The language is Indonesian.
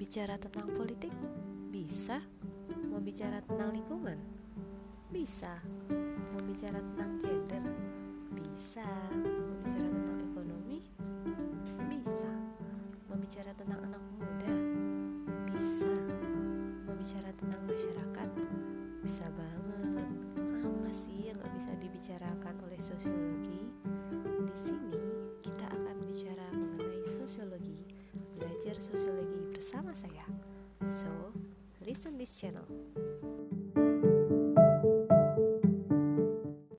bicara tentang politik? Bisa. Mau bicara tentang lingkungan? Bisa. Mau bicara tentang gender? Bisa. Mau bicara tentang ekonomi? Bisa. Mau bicara tentang anak muda? Bisa. Mau bicara tentang masyarakat? Bisa banget. Apa sih yang gak bisa dibicarakan oleh sosiologi? Di sini kita akan bicara mengenai sosiologi, belajar sosiologi bersama saya. So, listen this channel.